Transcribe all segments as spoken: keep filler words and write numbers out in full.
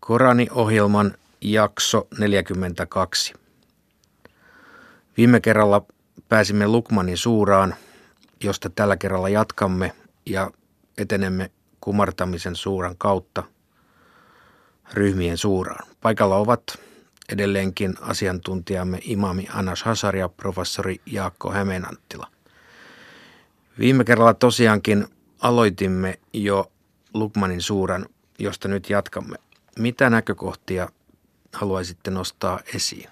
Korani-ohjelman jakso neljäkymmentäkaksi. Viime kerralla pääsimme Luqmanin suuraan, josta tällä kerralla jatkamme ja etenemme kumartamisen suuran kautta ryhmien suuraan. Paikalla ovat edelleenkin asiantuntijamme imami Anas Hazar ja professori Jaakko Hämeenanttila. Viime kerralla tosiaankin aloitimme jo Luqmanin suuran, josta nyt jatkamme. Mitä näkökohtia haluaisitte nostaa esiin?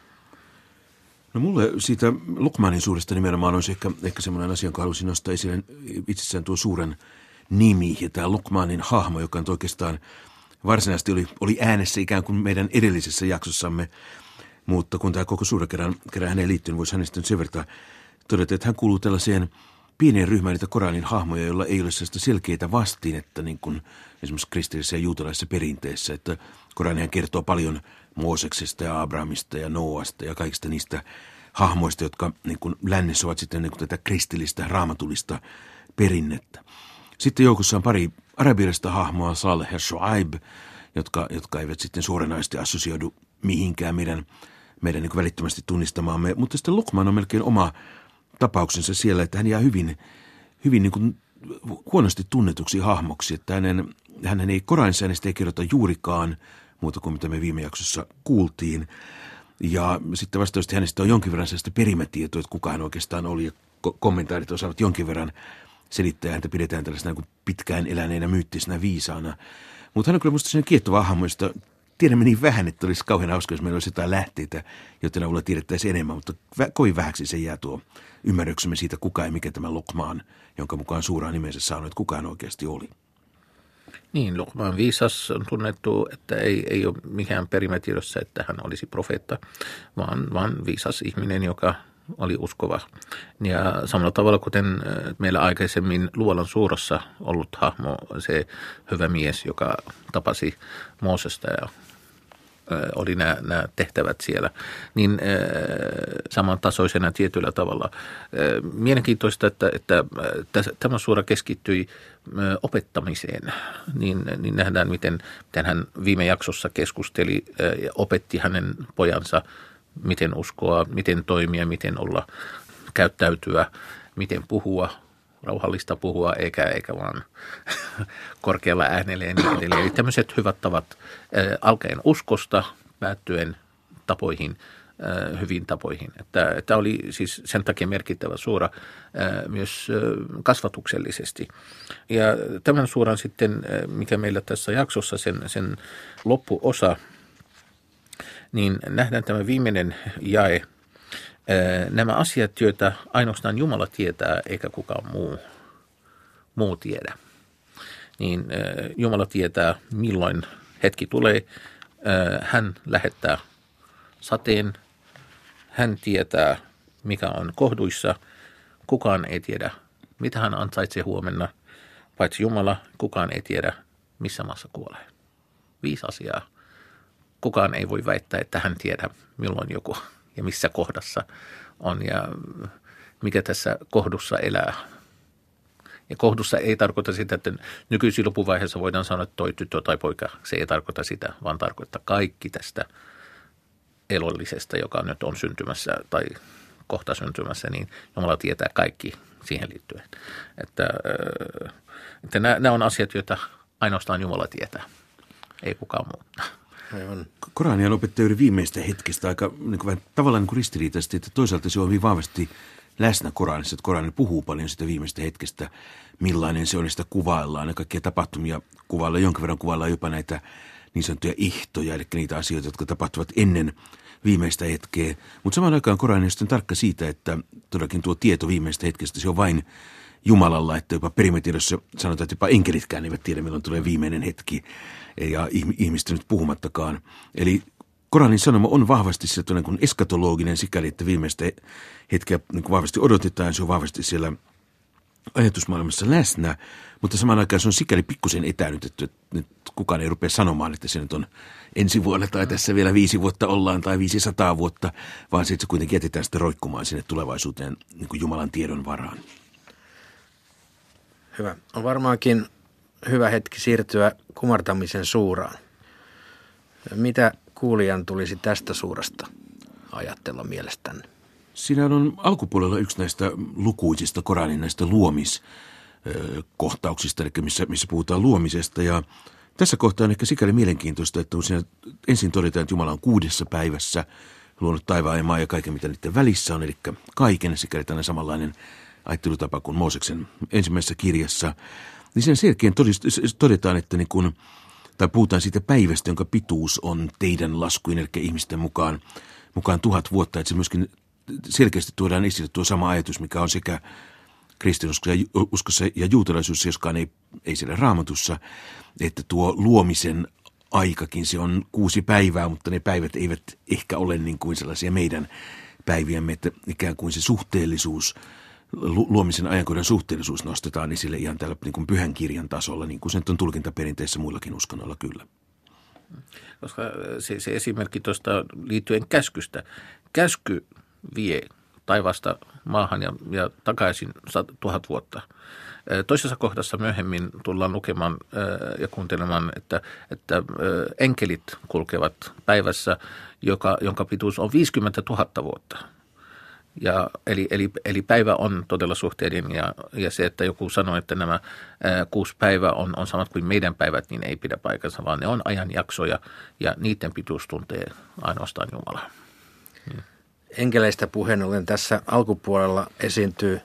No mulle siitä Luqmanin suuresta nimenomaan olisi ehkä, ehkä semmoinen asia, jonka haluaisin nostaa esille itsessään tuo suuren nimi ja tämä Luqmanin hahmo, joka on oikeastaan varsinaisesti oli, oli äänessä ikään kuin meidän edellisessä jaksossamme, mutta kun tämä koko suura kerran, kerran häneen liittyy, niin voisi hänestä nyt sen verran todeta, että hän kuuluu tällaiseen pieneen ryhmään niitä Koranin hahmoja, joilla ei ole sellaista selkeitä vastinetta, niin kuin esimerkiksi kristillisessä ja juutalaisessa perinteessä, että Koranihan kertoo paljon Mooseksesta ja Abrahamista ja Noasta ja kaikista niistä hahmoista, jotka niin kuin lännessä ovat sitten niin kuin tätä kristillistä, raamatullista perinnettä. Sitten joukossa on pari arabialaista hahmoa, Saleh ja Shuaib, jotka, jotka eivät sitten suoranaisesti assosioidu mihinkään meidän, meidän niin kuin välittömästi tunnistamaamme, mutta sitten Luqman on melkein oma tapauksensa siellä, että hän jää hyvin, hyvin niin kuin huonosti tunnetuksi hahmoksi, että hänen, hänen ei Koranissa hänestä ei kerrota juurikaan muuta kuin mitä me viime jaksossa kuultiin. Ja sitten vastaavasti hänestä on jonkin verran sellaista perimätietoa, että kuka hän oikeastaan oli, ja ko- kommentaarit osaavat jonkin verran selittää, häntä pidetään tällaisena niin pitkään eläneenä myyttisenä viisaana. Mutta hän on kyllä musta sellainen kiehtova hahmo, josta tiedämme niin vähän, että olisi kauhean hauska, jos meillä olisi jotain lähteitä, joten avulla tiedettäisiin enemmän, mutta vä- kovin vähäksi se jää tuo ymmärryksemme siitä, kuka ja mikä tämä Luqman, jonka mukaan suuraan nimensä saanut, että kuka hän oikeasti oli. Niin, Luqman viisas on tunnettu, että ei, ei ole mikään perimätiedossa, että hän olisi profeetta, vaan, vaan viisas ihminen, joka oli uskova. Ja samalla tavalla, kuten meillä aikaisemmin Luolan suurassa ollut hahmo, se hyvä mies, joka tapasi Moosesta ja oli nämä, nämä tehtävät siellä, niin samantasoisena tietyllä tavalla. Mielenkiintoista, että, että tämä suora keskittyi opettamiseen, niin, niin nähdään, miten, miten hän viime jaksossa keskusteli ja opetti hänen pojansa, miten uskoa, miten toimia, miten olla, käyttäytyä, miten puhua, rauhallista puhua, eikä, eikä vaan korkealla äänellä ja niin edelleen. Eli tämmöiset hyvät tavat alkaen uskosta, päättyen tapoihin, hyvin tapoihin. Että, tämä oli siis sen takia merkittävä suora myös kasvatuksellisesti. Ja tämän suoran sitten, mikä meillä tässä jaksossa, sen, sen loppuosa, niin nähdään tämä viimeinen jae. Nämä asiat, joita ainoastaan Jumala tietää, eikä kukaan muu, muu tiedä. Niin Jumala tietää, milloin hetki tulee. Hän lähettää sateen. Hän tietää, mikä on kohduissa. Kukaan ei tiedä, mitä hän ansaitsee huomenna. Paitsi Jumala, kukaan ei tiedä, missä maassa kuolee. Viisi asiaa. Kukaan ei voi väittää, että hän tiedä, milloin joku ja missä kohdassa on ja mikä tässä kohdussa elää. Ja kohdussa ei tarkoita sitä, että nykyisin lopuvaiheessa voidaan sanoa, että toi tyttö tai poika, se ei tarkoita sitä, vaan tarkoittaa kaikki tästä elollisesta, joka nyt on syntymässä tai kohta syntymässä, niin Jumala tietää kaikki siihen liittyen. Että, että nämä, nämä on asiat, joita ainoastaan Jumala tietää, ei kukaan muu. Korania opettaa juuri viimeistä hetkestä aika niin kuin, tavallaan niin kuin ristiriitaisesti, että toisaalta se on hyvin vahvasti läsnä Koranissa, että Korani puhuu paljon sitä viimeistä hetkestä, millainen se on, sitä kuvaillaan ja kaikkia tapahtumia kuvaillaan, jonkin verran kuvaillaan jopa näitä niin sanottuja ihtoja, eli niitä asioita, jotka tapahtuvat ennen viimeistä hetkeä. Mutta samaan aikaan Korani on sitten tarkka siitä, että todellakin tuo tieto viimeistä hetkestä, se on vain Jumalalla, että jopa perimätiedossa sanotaan, että jopa enkelitkään eivät tiedä, milloin tulee viimeinen hetki, ja ihmistä nyt puhumattakaan. Eli Koranin sanoma on vahvasti sellainen kuin eskatologinen sikäli, että viimeistä hetkeä niin kuin vahvasti odotetaan, se on vahvasti siellä ajatusmaailmassa läsnä, mutta samaan aikaan se on sikäli pikkusen etänytetty, että nyt kukaan ei rupea sanomaan, että se nyt on ensi vuonna tai tässä vielä viisi vuotta ollaan tai viisisataa vuotta, vaan se, että se kuitenkin jätetään sitten roikkumaan sinne tulevaisuuteen niin kuin Jumalan tiedon varaan. Hyvä. On varmaankin hyvä hetki siirtyä kumartamisen suuraan. Mitä kuulijan tulisi tästä suuresta ajatella mielestänne? Siinä on alkupuolella yksi näistä lukuisista Koranin näistä luomiskohtauksista, eli missä, missä puhutaan luomisesta. Ja tässä kohtaa on ehkä sikäli mielenkiintoista, että siinä ensin todetaan, että Jumala on kuudessa päivässä luonut taivaan ja maan ja kaiken, mitä niiden välissä on, eli kaiken, sikäli tällainen samanlainen ajattelutapa kuin Mooseksen ensimmäisessä kirjassa. Niin sen selkeän todetaan, että niin kun, tai puhutaan siitä päivästä, jonka pituus on teidän laskuin, eli ihmisten mukaan, mukaan tuhat vuotta, että se myöskin selkeästi tuodaan esille tuo sama ajatus, mikä on sekä kristinuskossa ja juutalaisuudessa, joskaan ei, ei siellä Raamatussa, että tuo luomisen aikakin, se on kuusi päivää, mutta ne päivät eivät ehkä ole niin kuin sellaisia meidän päiviämme, että ikään kuin se suhteellisuus, luomisen ajankohdan suhteellisuus nostetaan esille ihan tällä niin kuin pyhän kirjan tasolla, niin kuin se on tulkintaperinteessä muillakin uskonnoilla kyllä. Koska se, se esimerkki tuosta liittyen käskystä. Käsky vie taivasta maahan ja, ja takaisin tuhat vuotta. Toisessa kohdassa myöhemmin tullaan lukemaan ja kuuntelemaan, että, että enkelit kulkevat päivässä, joka, jonka pituus on viisikymmentätuhatta vuotta. Ja, eli, eli, eli päivä on todella suhteellinen ja, ja se, että joku sanoo, että nämä ää, kuusi päivää on, on samat kuin meidän päivät, niin ei pidä paikansa, vaan ne on ajanjaksoja ja niiden pituus tuntee ainoastaan Jumala. Hmm. Enkeleistä puheen ollen tässä alkupuolella esiintyy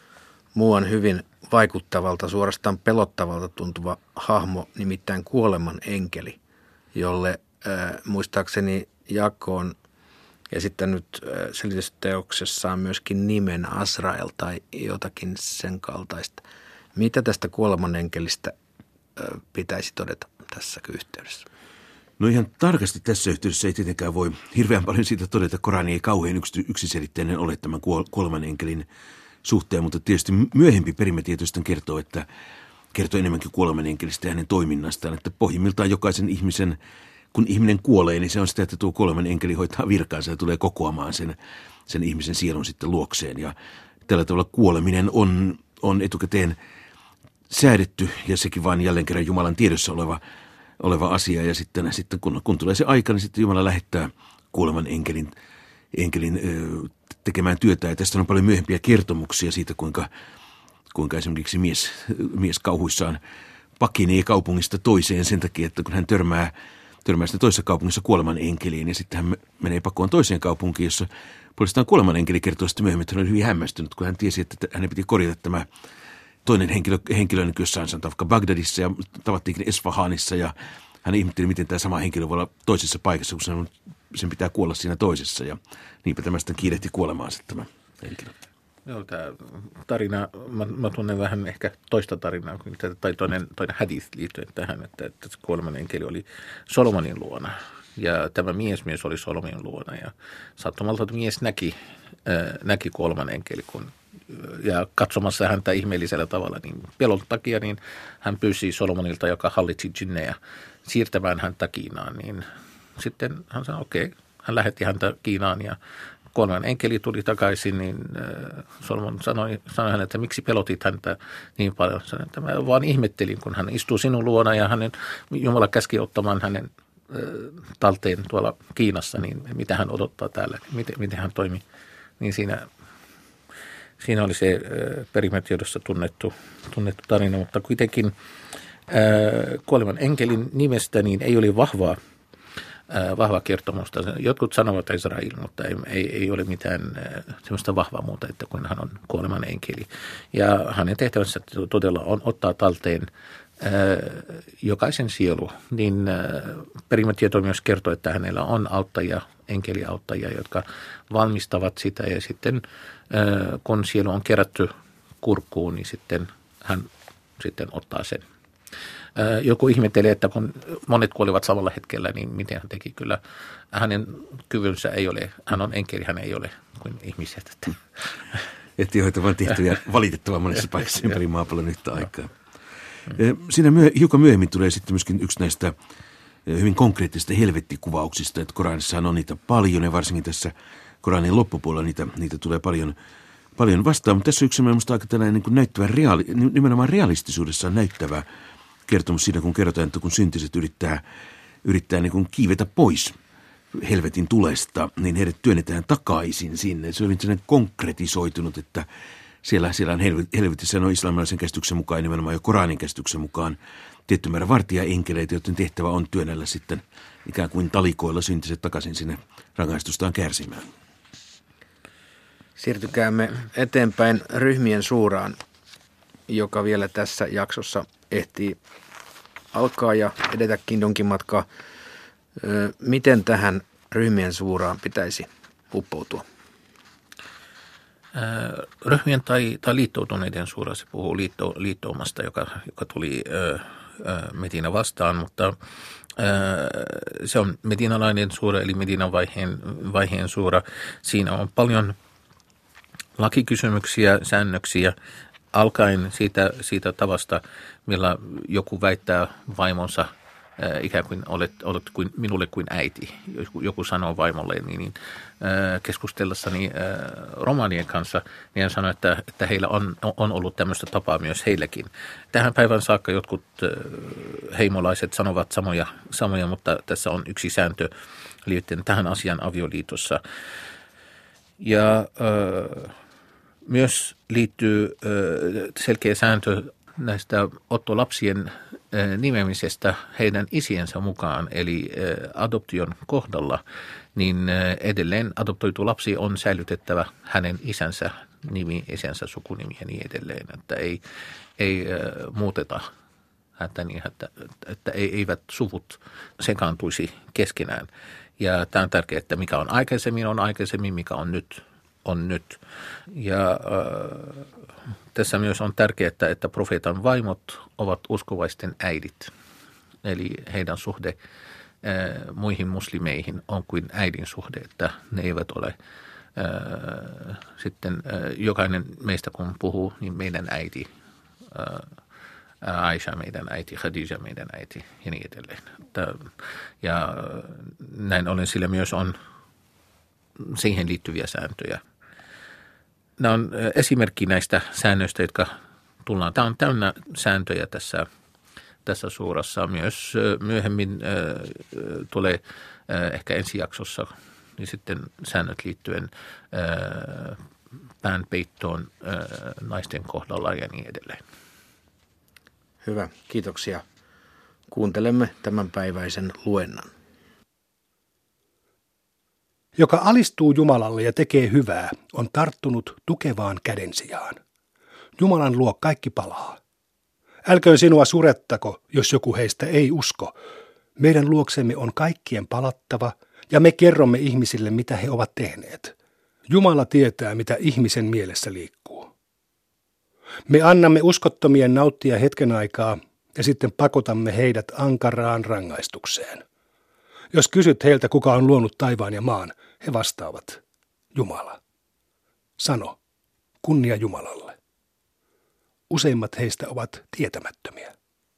muuan hyvin vaikuttavalta, suorastaan pelottavalta tuntuva hahmo, nimittäin kuoleman enkeli, jolle äh, muistaakseni Jaakko on esittänyt äh, selitysteoksessaan myöskin nimen Azrael tai jotakin sen kaltaista. Mitä tästä kuoleman enkelistä äh, pitäisi todeta tässä yhteydessä? No ihan tarkasti tässä yhteydessä ei tietenkään voi hirveän paljon siitä todeta. Korani ei kauhean yksiselitteinen ole tämän kuoleman enkelin suhteen, mutta tietysti myöhempi perimätietoista kertoo, että kertoo enemmänkin kuoleman enkelistä ja hänen toiminnastaan, että pohjimmiltaan jokaisen ihmisen, kun ihminen kuolee, niin se on sitä, että tuo kuoleman enkeli hoitaa virkaansa ja tulee kokoamaan sen, sen ihmisen sielun sitten luokseen. Ja tällä tavalla kuoleminen on, on etukäteen säädetty ja sekin vain jälleen kerran Jumalan tiedossa oleva, oleva asia. Ja sitten, sitten kun, kun tulee se aika, niin sitten Jumala lähettää kuoleman enkelin, enkelin ö, tekemään työtä. Ja tästä on paljon myöhempiä kertomuksia siitä, kuinka, kuinka esimerkiksi mies, mies kauhuissaan pakenee kaupungista toiseen sen takia, että kun hän törmää, törmää sitten toisessa kaupungissa kuoleman enkeliin, ja sitten hän menee pakoon toiseen kaupunkiin, jossa puolestaan kuoleman enkeli kertoo sitten myöhemmin, että hän oli hyvin hämmästynyt, kun hän tiesi, että hänen piti korjata tämä toinen henkilö, henkilö niin jossain sanotaan vaikka Bagdadissa ja tavattiinkin Esfahanissa, ja hän ihmetteli, miten tämä sama henkilö voi olla toisessa paikassa, kun sen, sen pitää kuolla siinä toisessa, ja niinpä tämä sitten kiirehti kuolemaansa tämä henkilö. Joo, tämä tarina, mä, mä tunnen vähän ehkä toista tarinaa, tai toinen, toinen hadith liittyen tähän, että, että kuoleman enkeli oli Solomonin luona, ja tämä mies mies oli Solomonin luona, ja sattumalta mies näki, äh, näki kuoleman enkeli, kun ja katsomassa häntä ihmeellisellä tavalla, niin pelon takia niin hän pyysi Solomonilta, joka hallitsi djinnejä, siirtämään häntä Kiinaan. Niin sitten hän sanoi, okei, okay. Hän lähetti häntä Kiinaan ja kuoleman enkeli tuli takaisin, niin Solomon sanoi, sanoi hänelle, että miksi pelotit häntä niin paljon. Sanoin, että mä vaan ihmettelin, kun hän istuu sinun luona ja hänen, Jumala käski ottamaan hänen talteen tuolla Kiinassa, niin mitä hän odottaa täällä, miten, miten hän toimi. Niin siinä Siinä oli se perimätiedossa tunnettu, tunnettu tarina, mutta kuitenkin ää, kuoleman enkelin nimestä niin ei ole vahvaa, ää, vahvaa kertomusta. Jotkut sanovat Israel, mutta ei, ei, ei ole mitään ää, sellaista vahvaa muuta, että kun hän on kuoleman enkeli. Ja hänen tehtävänsä todella on ottaa talteen ää, jokaisen sielu. Niin ää, perimätieto myös kertoo, että hänellä on auttajia, enkeliauttajia, jotka valmistavat sitä ja sitten kun sielu on kerätty kurkkuun, niin sitten hän sitten ottaa sen. Joku ihmettelee, että kun monet kuolivat samalla hetkellä, niin miten hän teki kyllä. Hänen kyvynsä ei ole, hän on enkeli, hän ei ole kuin ihmiset. Että hoitavan tehtäviä valitettavan monessa paikassa ympäri maapallon yhtä aikaa. Siinä myö, hiukan myöhemmin tulee sitten myöskin yksi näistä hyvin konkreettisista helvettikuvauksista, että Koranissa on niitä paljon ja varsinkin tässä Koranin loppupuolella niitä, niitä tulee paljon, paljon vastaan, mutta tässä on yksi minusta aika tällainen niin kuin näyttävä, reaali, nimenomaan realistisuudessaan näyttävä kertomus siinä, kun kerrotaan, että kun syntiset yrittää yrittää niin kuin kiivetä pois helvetin tulesta, niin heidät työnnetään takaisin sinne. Se oli sellainen konkretisoitunut, että siellä, siellä on helvetissä no islamilaisen käsityksen mukaan, nimenomaan jo Koranin käsityksen mukaan, tietty määrä vartijaenkeleitä, joiden tehtävä on työnnellä sitten ikään kuin talikoilla syntiset takaisin sinne rangaistustaan kärsimään. Siirtykäämme eteenpäin ryhmien suuraan, joka vielä tässä jaksossa ehtii alkaa ja edetäkin jonkin matkaa. Miten tähän ryhmien suuraan pitäisi uppoutua? Ryhmien tai, tai liittoutuneiden suura, se puhuu liitto, liittoumasta, joka, joka tuli ö, ö, Medina vastaan, mutta ö, se on medinalainen suura, eli Medinan vaiheen, vaiheen suura. Siinä on paljon lakikysymyksiä, säännöksiä, alkaen siitä, siitä tavasta, millä joku väittää vaimonsa, äh, ikään kuin olet, olet kuin, minulle kuin äiti. Joku, joku sanoo vaimolle, niin, niin äh, keskustellessani äh, romaanien kanssa, niin hän sanoi, että, että heillä on, on ollut tämmöistä tapaa myös heilläkin. Tähän päivän saakka jotkut äh, heimolaiset sanovat samoja, samoja, mutta tässä on yksi sääntö liittyen tähän asian avioliitossa. Ja äh, myös liittyy selkeä sääntö näistä ottolapsien nimeämisestä heidän isiensä mukaan, eli adoption kohdalla, niin edelleen adoptoitu lapsi on säilytettävä hänen isänsä nimi, isänsä sukunimi ja niin edelleen, että ei, ei muuteta häntä niin, että, että eivät suvut sekaantuisi keskenään. Ja tämä on tärkeää, että mikä on aikaisemmin on aikaisemmin, mikä on nyt on nyt. Ja äh, tässä myös on tärkeää, että, että profeetan vaimot ovat uskovaisten äidit. Eli heidän suhde äh, muihin muslimeihin on kuin äidin suhde, että ne eivät ole äh, sitten äh, jokainen meistä kun puhuu, niin meidän äiti, äh, Aisha meidän äiti, Khadija meidän äiti ja niin edelleen. Että, ja näin ollen sillä myös on siihen liittyviä sääntöjä. Nämä on esimerkki näistä säännöistä, jotka tullaan. Tämä on täynnä sääntöjä tässä, tässä suurassa. Myös myöhemmin äh, tulee äh, ehkä ensi jaksossa niin sitten säännöt liittyen äh, päänpeittoon äh, naisten kohdalla ja niin edelleen. Hyvä, kiitoksia. Kuuntelemme tämänpäiväisen luennan. Joka alistuu Jumalalle ja tekee hyvää, on tarttunut tukevaan käden sijaan. Jumalan luo kaikki palaa. Älköön sinua surettako, jos joku heistä ei usko. Meidän luoksemme on kaikkien palattava, ja me kerromme ihmisille, mitä he ovat tehneet. Jumala tietää, mitä ihmisen mielessä liikkuu. Me annamme uskottomien nauttia hetken aikaa, ja sitten pakotamme heidät ankaraan rangaistukseen. Jos kysyt heiltä, kuka on luonut taivaan ja maan, he vastaavat, Jumala. Sano, kunnia Jumalalle. Useimmat heistä ovat tietämättömiä.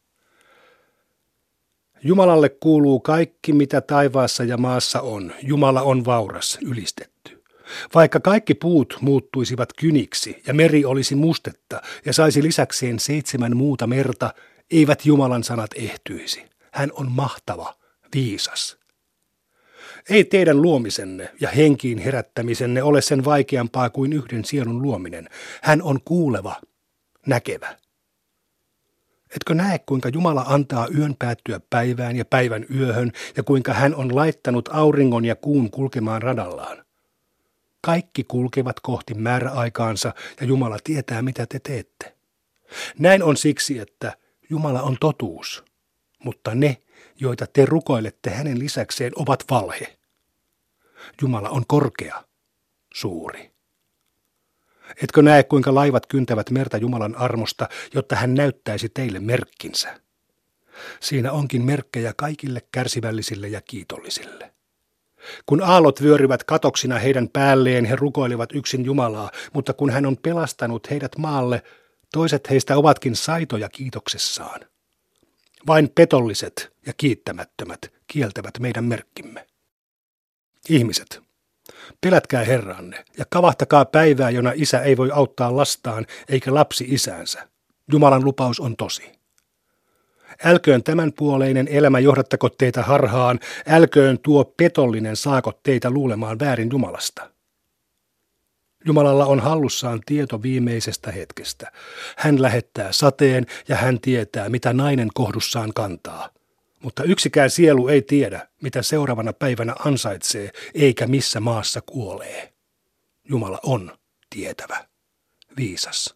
Jumalalle kuuluu kaikki, mitä taivaassa ja maassa on. Jumala on vauras, ylistetty. Vaikka kaikki puut muuttuisivat kyniksi ja meri olisi mustetta ja saisi lisäkseen seitsemän muuta merta, eivät Jumalan sanat ehtyisi. Hän on mahtava, viisas. Ei teidän luomisenne ja henkiin herättämisenne ole sen vaikeampaa kuin yhden sielun luominen. Hän on kuuleva, näkevä. Etkö näe, kuinka Jumala antaa yön päättyä päivään ja päivän yöhön ja kuinka hän on laittanut auringon ja kuun kulkemaan radallaan? Kaikki kulkevat kohti määräaikaansa ja Jumala tietää, mitä te teette. Näin on siksi, että Jumala on totuus, mutta ne, joita te rukoilette hänen lisäkseen, ovat valhe. Jumala on korkea, suuri. Etkö näe, kuinka laivat kyntävät merta Jumalan armosta, jotta hän näyttäisi teille merkkinsä? Siinä onkin merkkejä kaikille kärsivällisille ja kiitollisille. Kun aallot vyöryvät katoksina heidän päälleen, he rukoilevat yksin Jumalaa, mutta kun hän on pelastanut heidät maalle, toiset heistä ovatkin saitoja kiitoksessaan. Vain petolliset ja kiittämättömät kieltävät meidän merkkimme. Ihmiset, pelätkää Herranne ja kavahtakaa päivää, jona isä ei voi auttaa lastaan eikä lapsi isäänsä. Jumalan lupaus on tosi. Älköön tämänpuoleinen elämä johdattako teitä harhaan, älköön tuo petollinen saako teitä luulemaan väärin Jumalasta. Jumalalla on hallussaan tieto viimeisestä hetkestä. Hän lähettää sateen ja hän tietää, mitä nainen kohdussaan kantaa. Mutta yksikään sielu ei tiedä, mitä seuraavana päivänä ansaitsee, eikä missä maassa kuolee. Jumala on tietävä, viisas.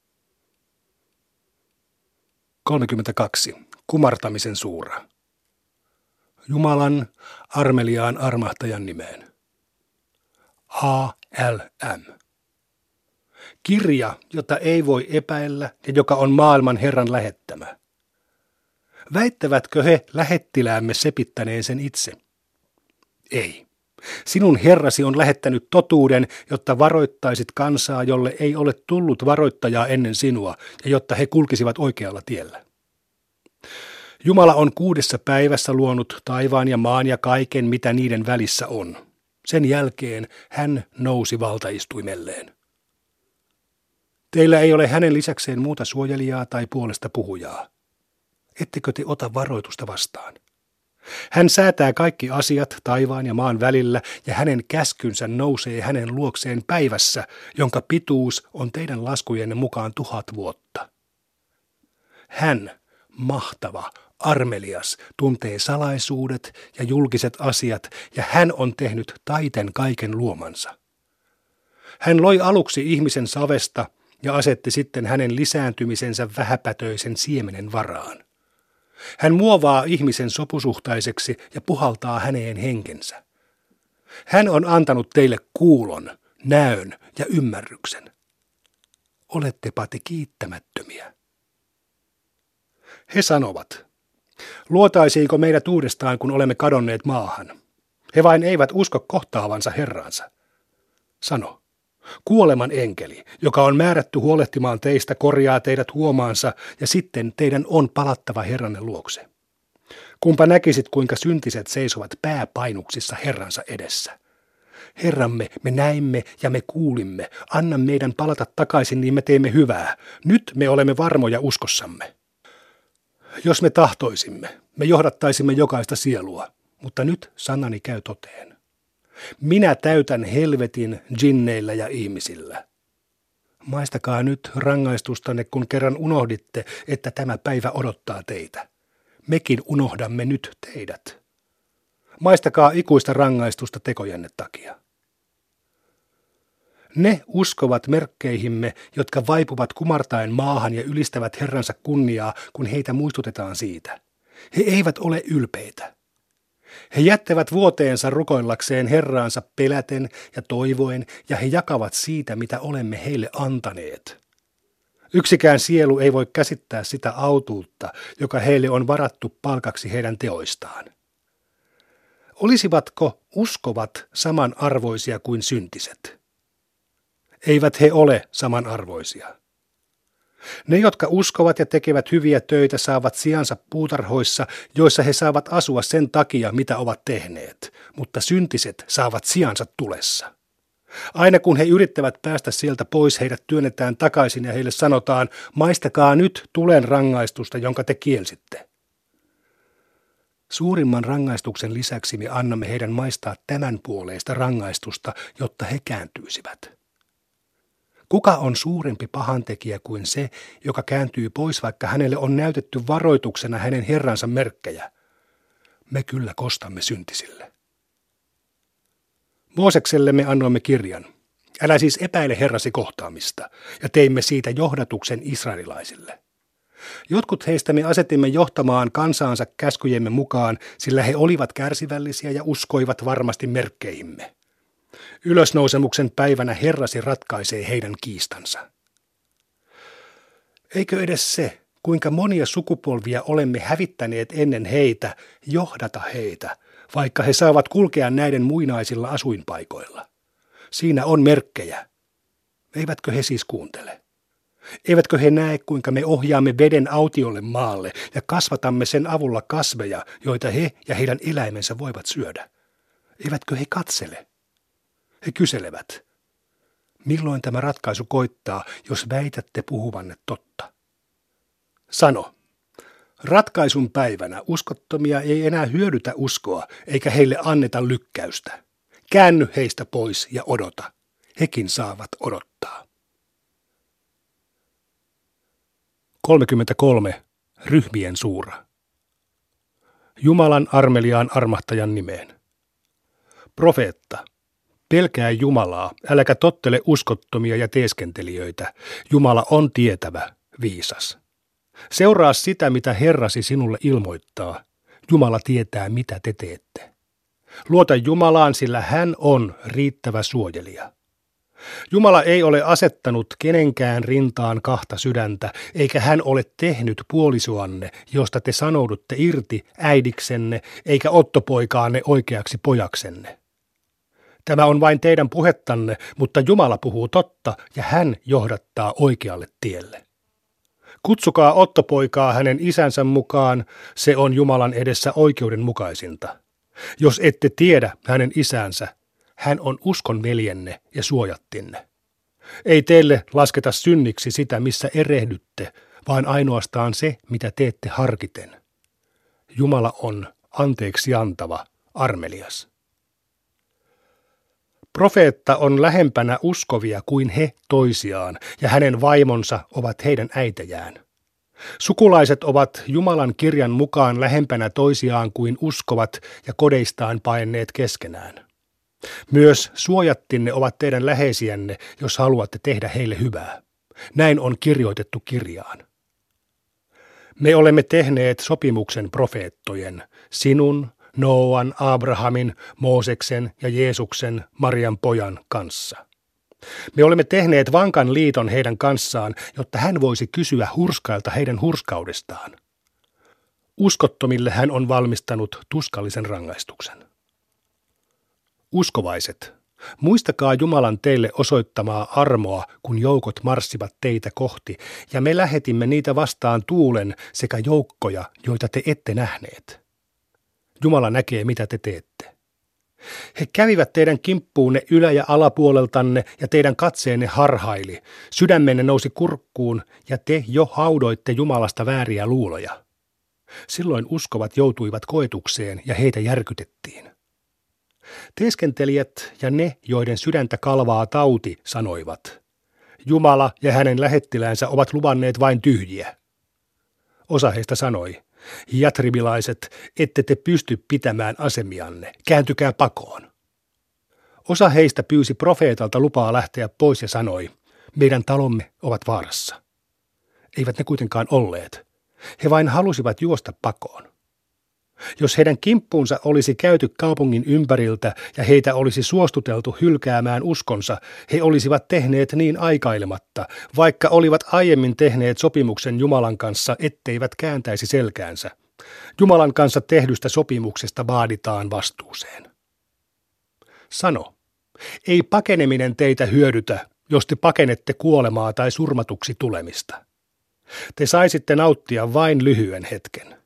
kolmekymmentäkaksi. Kumartamisen suura. Jumalan armeliaan armahtajan nimeen. A L M. Kirja, jota ei voi epäillä ja joka on maailman Herran lähettämä. Väittävätkö he lähettiläämme sepittäneen sen itse? Ei. Sinun Herrasi on lähettänyt totuuden, jotta varoittaisit kansaa, jolle ei ole tullut varoittajaa ennen sinua, ja jotta he kulkisivat oikealla tiellä. Jumala on kuudessa päivässä luonut taivaan ja maan ja kaiken, mitä niiden välissä on. Sen jälkeen hän nousi valtaistuimelleen. Teillä ei ole hänen lisäkseen muuta suojelijaa tai puolesta puhujaa. Ettekö te ota varoitusta vastaan? Hän säätää kaikki asiat taivaan ja maan välillä, ja hänen käskynsä nousee hänen luokseen päivässä, jonka pituus on teidän laskujenne mukaan tuhat vuotta. Hän, mahtava, armelias, tuntee salaisuudet ja julkiset asiat, ja hän on tehnyt taiten kaiken luomansa. Hän loi aluksi ihmisen savesta ja asetti sitten hänen lisääntymisensä vähäpätöisen siemenen varaan. Hän muovaa ihmisen sopusuhtaiseksi ja puhaltaa häneen henkensä. Hän on antanut teille kuulon, näön ja ymmärryksen. Olettepa te kiittämättömiä. He sanovat, luotaisiinko meidät uudestaan, kun olemme kadonneet maahan? He vain eivät usko kohtaavansa Herransa. Sano, kuoleman enkeli, joka on määrätty huolehtimaan teistä, korjaa teidät huomaansa, ja sitten teidän on palattava Herranne luokse. Kumpa näkisit, kuinka syntiset seisovat pääpainuksissa Herransa edessä. Herramme, me näimme ja me kuulimme, anna meidän palata takaisin, niin me teemme hyvää. Nyt me olemme varmoja uskossamme. Jos me tahtoisimme, me johdattaisimme jokaista sielua, mutta nyt sanani käy toteen. Minä täytän helvetin djinneillä ja ihmisillä. Maistakaa nyt rangaistustanne, kun kerran unohditte, että tämä päivä odottaa teitä. Mekin unohdamme nyt teidät. Maistakaa ikuista rangaistusta tekojenne takia. Ne uskovat merkkeihimme, jotka vaipuvat kumartaen maahan ja ylistävät Herransa kunniaa, kun heitä muistutetaan siitä. He eivät ole ylpeitä. He jättävät vuoteensa rukoillakseen Herraansa peläten ja toivoen, ja he jakavat siitä, mitä olemme heille antaneet. Yksikään sielu ei voi käsittää sitä autuutta, joka heille on varattu palkaksi heidän teoistaan. Olisivatko uskovat samanarvoisia kuin syntiset? Eivät he ole samanarvoisia. Ne, jotka uskovat ja tekevät hyviä töitä, saavat sijansa puutarhoissa, joissa he saavat asua sen takia, mitä ovat tehneet, mutta syntiset saavat sijansa tulessa. Aina kun he yrittävät päästä sieltä pois, heidät työnnetään takaisin ja heille sanotaan, maistakaa nyt tulen rangaistusta, jonka te kielsitte. Suurimman rangaistuksen lisäksi me annamme heidän maistaa tämän puoleista rangaistusta, jotta he kääntyisivät. Kuka on suurempi pahantekijä kuin se, joka kääntyy pois, vaikka hänelle on näytetty varoituksena hänen Herransa merkkejä? Me kyllä kostamme syntisille. Moosekselle me annoimme kirjan. Älä siis epäile Herrasi kohtaamista, ja teimme siitä johdatuksen israelilaisille. Jotkut heistä me asetimme johtamaan kansaansa käskyjemme mukaan, sillä he olivat kärsivällisiä ja uskoivat varmasti merkkeihimme. Ylösnousemuksen päivänä Herrasi ratkaisee heidän kiistansa. Eikö edes se, kuinka monia sukupolvia olemme hävittäneet ennen heitä, johdata heitä, vaikka he saavat kulkea näiden muinaisilla asuinpaikoilla? Siinä on merkkejä. Eivätkö he siis kuuntele? Eivätkö he näe, kuinka me ohjaamme veden autiolle maalle ja kasvatamme sen avulla kasveja, joita he ja heidän eläimensä voivat syödä? Eivätkö he katsele? He kyselevät, milloin tämä ratkaisu koittaa, jos väitätte puhuvanne totta? Sano, Ratkaisun päivänä uskottomia ei enää hyödytä uskoa, eikä heille anneta lykkäystä. Käänny heistä pois ja odota. Hekin saavat odottaa. kolmekymmentäkolme. Ryhmien suura. Jumalan armeliaan armahtajan nimeen. Profeetta. Pelkää Jumalaa, äläkä tottele uskottomia ja teeskentelijöitä. Jumala on tietävä, viisas. Seuraa sitä, mitä Herrasi sinulle ilmoittaa. Jumala tietää, mitä te teette. Luota Jumalaan, sillä hän on riittävä suojelija. Jumala ei ole asettanut kenenkään rintaan kahta sydäntä, eikä hän ole tehnyt puolisoanne, josta te sanoudutte irti äidiksenne, eikä ottopoikaanne oikeaksi pojaksenne. Tämä on vain teidän puhettanne, mutta Jumala puhuu totta ja hän johdattaa oikealle tielle. Kutsukaa ottopoikaa hänen isänsä mukaan, se on Jumalan edessä oikeudenmukaisinta. Jos ette tiedä hänen isänsä, hän on uskon veljenne ja suojattinne. Ei teille lasketa synniksi sitä, missä erehdytte, vaan ainoastaan se, mitä teette harkiten. Jumala on anteeksi antava, armelias. Profeetta on lähempänä uskovia kuin he toisiaan, ja hänen vaimonsa ovat heidän äitejään. Sukulaiset ovat Jumalan kirjan mukaan lähempänä toisiaan kuin uskovat ja kodeistaan paenneet keskenään. Myös suojattinne ovat teidän läheisiänne, jos haluatte tehdä heille hyvää. Näin on kirjoitettu kirjaan. Me olemme tehneet sopimuksen profeettojen, sinun, Nooan, Abrahamin, Mooseksen ja Jeesuksen, Marian pojan kanssa. Me olemme tehneet vankan liiton heidän kanssaan, jotta hän voisi kysyä hurskailta heidän hurskaudestaan. Uskottomille hän on valmistanut tuskallisen rangaistuksen. Uskovaiset, muistakaa Jumalan teille osoittamaa armoa, kun joukot marssivat teitä kohti, ja me lähetimme niitä vastaan tuulen sekä joukkoja, joita te ette nähneet. Jumala näkee, mitä te teette. He kävivät teidän kimppuunne ylä- ja alapuoleltanne, ja teidän katseenne harhaili. Sydämenne nousi kurkkuun, ja te jo haudoitte Jumalasta vääriä luuloja. Silloin uskovat joutuivat koetukseen, ja heitä järkytettiin. Teeskentelijät ja ne, joiden sydäntä kalvaa tauti, sanoivat, Jumala ja hänen lähettiläänsä ovat luvanneet vain tyhjiä. Osa heistä sanoi, jatribilaiset, ette te pysty pitämään asemianne, kääntykää pakoon. Osa heistä pyysi profeetalta lupaa lähteä pois ja sanoi, meidän talomme ovat vaarassa. Eivät ne kuitenkaan olleet. He vain halusivat juosta pakoon. Jos heidän kimppuunsa olisi käyty kaupungin ympäriltä ja heitä olisi suostuteltu hylkäämään uskonsa, he olisivat tehneet niin aikailematta, vaikka olivat aiemmin tehneet sopimuksen Jumalan kanssa, etteivät kääntäisi selkäänsä. Jumalan kanssa tehdystä sopimuksesta vaaditaan vastuuseen. Sano, ei pakeneminen teitä hyödytä, jos te pakenette kuolemaa tai surmatuksi tulemista. Te saisitte nauttia vain lyhyen hetken.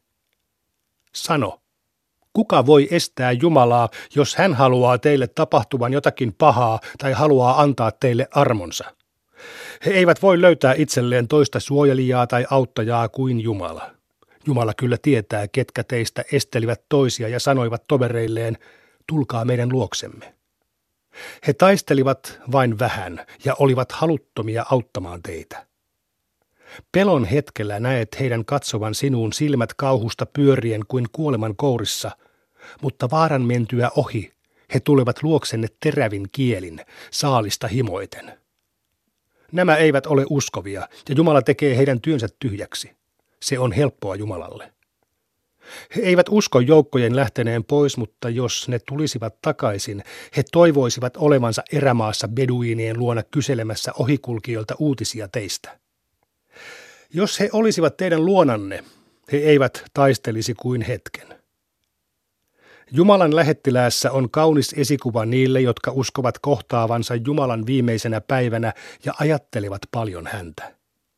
Sano, kuka voi estää Jumalaa, jos hän haluaa teille tapahtuvan jotakin pahaa tai haluaa antaa teille armonsa? He eivät voi löytää itselleen toista suojelijaa tai auttajaa kuin Jumala. Jumala kyllä tietää, ketkä teistä estelivät toisia ja sanoivat tovereilleen, tulkaa meidän luoksemme. He taistelivat vain vähän ja olivat haluttomia auttamaan teitä. Pelon hetkellä näet heidän katsovan sinuun silmät kauhusta pyörien kuin kuoleman kourissa, mutta vaaran mentyä ohi he tulevat luoksenne terävin kielin, saalista himoiten. Nämä eivät ole uskovia, ja Jumala tekee heidän työnsä tyhjäksi. Se on helppoa Jumalalle. He eivät usko joukkojen lähteneen pois, mutta jos ne tulisivat takaisin, he toivoisivat olevansa erämaassa beduiinien luona kyselemässä ohikulkijoilta uutisia teistä. Jos he olisivat teidän luonanne, he eivät taistelisi kuin hetken. Jumalan lähettiläässä on kaunis esikuva niille, jotka uskovat kohtaavansa Jumalan viimeisenä päivänä ja ajattelevat paljon häntä.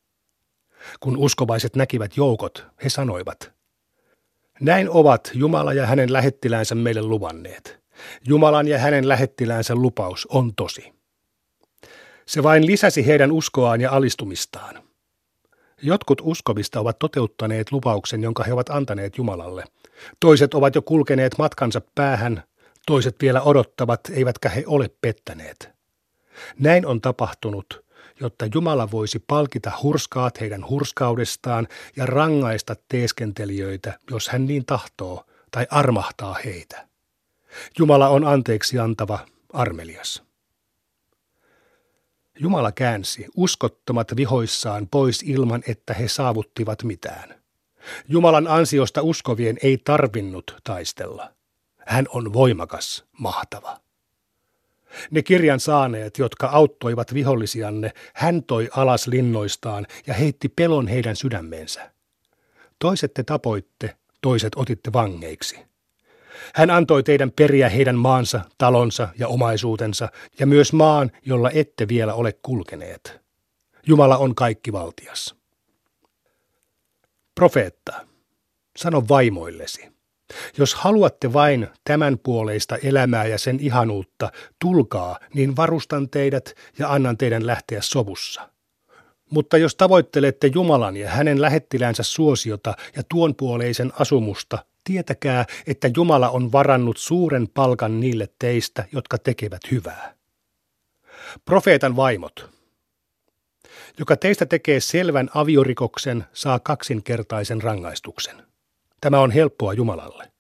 Kun uskovaiset näkivät joukot, he sanoivat, näin ovat Jumala ja hänen lähettiläänsä meille luvanneet. Jumalan ja hänen lähettiläänsä lupaus on tosi. Se vain lisäsi heidän uskoaan ja alistumistaan. Jotkut uskovista ovat toteuttaneet lupauksen, jonka he ovat antaneet Jumalalle. Toiset ovat jo kulkeneet matkansa päähän, toiset vielä odottavat, eivätkä he ole pettäneet. Näin on tapahtunut, jotta Jumala voisi palkita hurskaat heidän hurskaudestaan ja rangaista teeskentelijöitä, jos hän niin tahtoo, tai armahtaa heitä. Jumala on anteeksi antava, armelias. Jumala käänsi uskottomat vihoissaan pois ilman, että he saavuttivat mitään. Jumalan ansiosta uskovien ei tarvinnut taistella. Hän on voimakas, mahtava. Ne kirjan saaneet, jotka auttoivat vihollisianne, hän toi alas linnoistaan ja heitti pelon heidän sydämeensä. Toiset te tapoitte, toiset otitte vangeiksi. Hän antoi teidän periä heidän maansa, talonsa ja omaisuutensa ja myös maan, jolla ette vielä ole kulkeneet. Jumala on kaikkivaltias. Profeetta, sano vaimoillesi. Jos haluatte vain tämän puoleista elämää ja sen ihanuutta, tulkaa, niin varustan teidät ja annan teidän lähteä sovussa. Mutta jos tavoittelette Jumalan ja hänen lähettilänsä suosiota ja tuonpuoleisen asumusta, tietäkää, että Jumala on varannut suuren palkan niille teistä, jotka tekevät hyvää. Profeetan vaimot. Joka teistä tekee selvän aviorikoksen, saa kaksinkertaisen rangaistuksen. Tämä on helppoa Jumalalle.